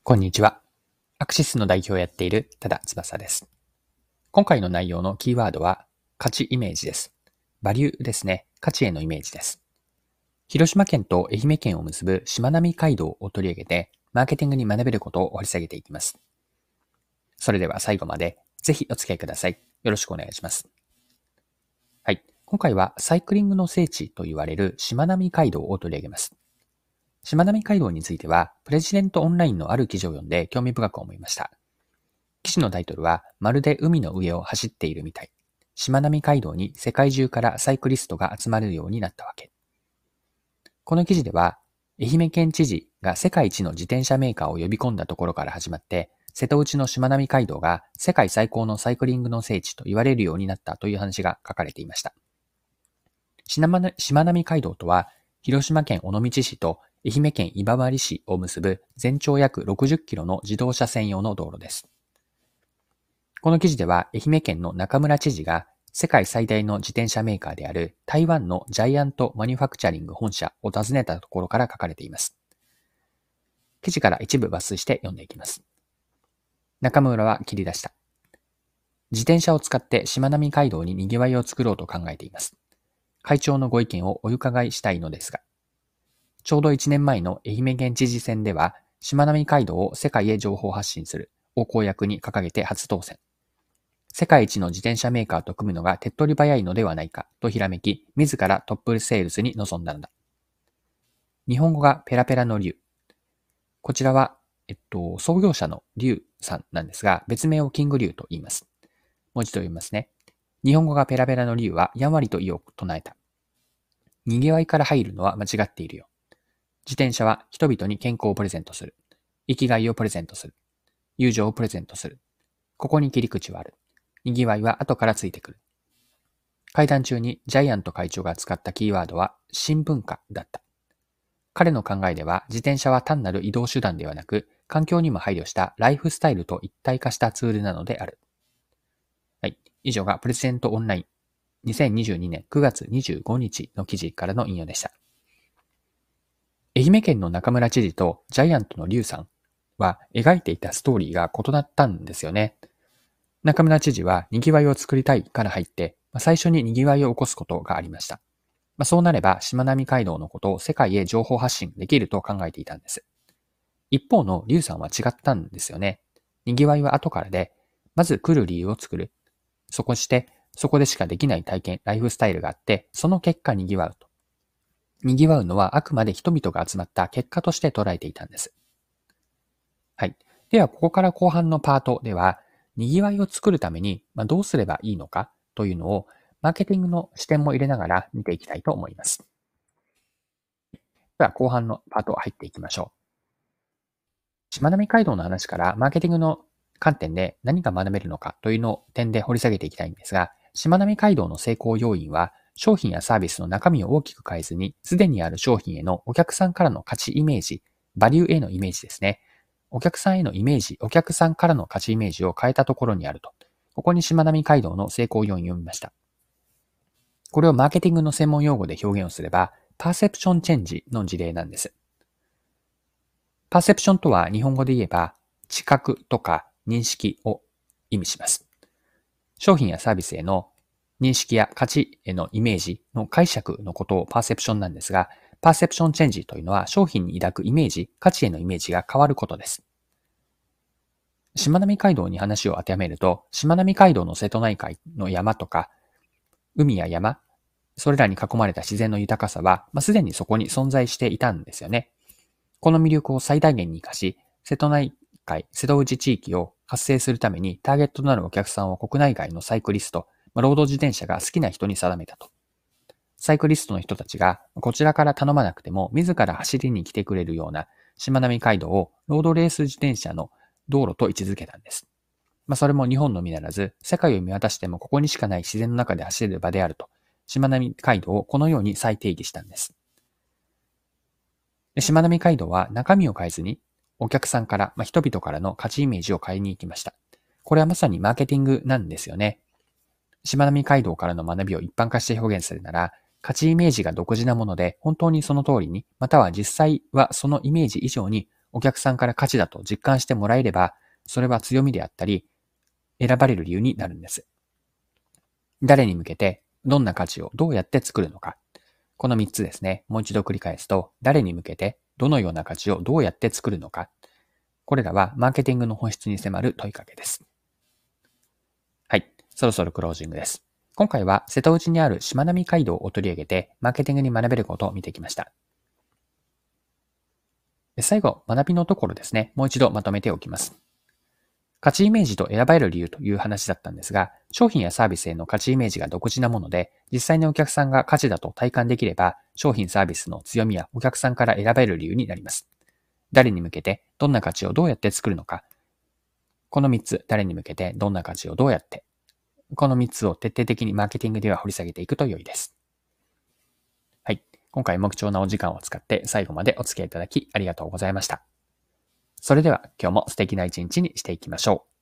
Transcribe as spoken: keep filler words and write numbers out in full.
こんにちは。アクシスの代表をやっている多田翼です。今回の内容のキーワードは価値イメージです。バリューですね。価値へのイメージです。広島県と愛媛県を結ぶしまなみ海道を取り上げて、マーケティングに学べることを掘り下げていきます。それでは最後までぜひお付き合いください。よろしくお願いします。はい。今回はサイクリングの聖地と言われるしまなみ海道を取り上げます。しまなみ海道については、プレジデントオンラインのある記事を読んで興味深く思いました。記事のタイトルは、まるで海の上を走っているみたい。しまなみ海道に世界中からサイクリストが集まるようになったわけ。この記事では、愛媛県知事が世界一の自転車メーカーを呼び込んだところから始まって、瀬戸内のしまなみ海道が世界最高のサイクリングの聖地と言われるようになったという話が書かれていました。しまなみ海道とは、広島県尾道市と愛媛県今治市を結ぶ全長約ろくじゅっキロの自動車専用の道路です。この記事では愛媛県の中村知事が世界最大の自転車メーカーである台湾のジャイアントマニュファクチャリング本社を訪ねたところから書かれています。記事から一部抜粋して読んでいきます。中村は切り出した。自転車を使ってしまなみ海道に賑わいを作ろうと考えています。会長のご意見をお伺いしたいのですが、ちょうどいちねんまえの愛媛県知事選では、しまなみ海道を世界へ情報発信するを公約に掲げて初当選。世界一の自転車メーカーと組むのが手っ取り早いのではないかとひらめき、自らトップセールスに臨んだのだ。日本語がペラペラの竜。こちらは、えっと、創業者の竜さんなんですが、別名をキング竜と言います。もう一度読みますね。日本語がペラペラの竜はやんわりと意を唱えた。賑わいから入るのは間違っているよ。自転車は人々に健康をプレゼントする。生きがいをプレゼントする。友情をプレゼントする。ここに切り口はある。賑わいは後からついてくる。会談中にジャイアント会長が使ったキーワードは新文化だった。彼の考えでは自転車は単なる移動手段ではなく、環境にも配慮したライフスタイルと一体化したツールなのである。はい。以上がプレジデントオンラインにせんにじゅうにねんくがつにじゅうごにちの記事からの引用でした。愛媛県の中村知事とジャイアントの劉さんは描いていたストーリーが異なったんですよね。中村知事は賑わいを作りたいから入って、最初に賑わいを起こすことがありました。そうなれば、しまなみ海道のことを世界へ情報発信できると考えていたんです。一方の劉さんは違ったんですよね。賑わいは後からで、まず来る理由を作る。そこして、そこでしかできない体験、ライフスタイルがあって、その結果賑わうと。賑わうのはあくまで人々が集まった結果として捉えていたんです。はい。では、ここから後半のパートでは、賑わいを作るためにどうすればいいのかというのを、マーケティングの視点も入れながら見ていきたいと思います。では、後半のパート入っていきましょう。しまなみ海道の話からマーケティングの観点で何が学べるのかというのを点で掘り下げていきたいんですが、しまなみ海道の成功要因は、商品やサービスの中身を大きく変えずに、すでにある商品へのお客さんからの価値イメージ、バリューへのイメージですね。お客さんへのイメージ、お客さんからの価値イメージを変えたところにあると。ここにしまなみ海道の成功要因を読みました。これをマーケティングの専門用語で表現をすれば、パーセプションチェンジの事例なんです。パーセプションとは日本語で言えば、知覚とか認識を意味します。商品やサービスへの認識や価値へのイメージの解釈のことをパーセプションなんですが、パーセプションチェンジというのは商品に抱くイメージ、価値へのイメージが変わることです。しまなみ海道に話を当てはめると、しまなみ海道の瀬戸内海の山とか、海や山、それらに囲まれた自然の豊かさは、まあ、すでにそこに存在していたんですよね。この魅力を最大限に活かし、瀬戸内海、瀬戸内地域を活性するためにターゲットとなるお客さんを国内外のサイクリスト、ロード自転車が好きな人に定めたと。サイクリストの人たちがこちらから頼まなくても自ら走りに来てくれるようなしまなみ海道をロードレース自転車の道路と位置づけたんです。まあ、それも日本のみならず、世界を見渡してもここにしかない自然の中で走れる場であると、しまなみ海道をこのように再定義したんです。でしまなみ海道は中身を変えずに、お客さんから、まあ、人々からの価値イメージを変えに行きました。これはまさにマーケティングなんですよね。しまなみ海道からの学びを一般化して表現するなら、価値イメージが独自なもので、本当にその通りに、または実際はそのイメージ以上にお客さんから価値だと実感してもらえれば、それは強みであったり、選ばれる理由になるんです。誰に向けて、どんな価値をどうやって作るのか。このみっつですね。もう一度繰り返すと、誰に向けて、どのような価値をどうやって作るのか。これらはマーケティングの本質に迫る問いかけです。はい。そろそろクロージングです。今回は瀬戸内にあるしまなみ海道を取り上げて、マーケティングに学べることを見てきました。最後、学びのところですね。もう一度まとめておきます。価値イメージと選ばれる理由という話だったんですが、商品やサービスへの価値イメージが独自なもので、実際にお客さんが価値だと体感できれば、商品サービスの強みやお客さんから選ばれる理由になります。誰に向けて、どんな価値をどうやって作るのか。このみっつ、誰に向けて、どんな価値をどうやって。このみっつを徹底的にマーケティングでは掘り下げていくと良いです。はい。今回も貴重なお時間を使って最後までお付き合いいただきありがとうございました。それでは今日も素敵な一日にしていきましょう。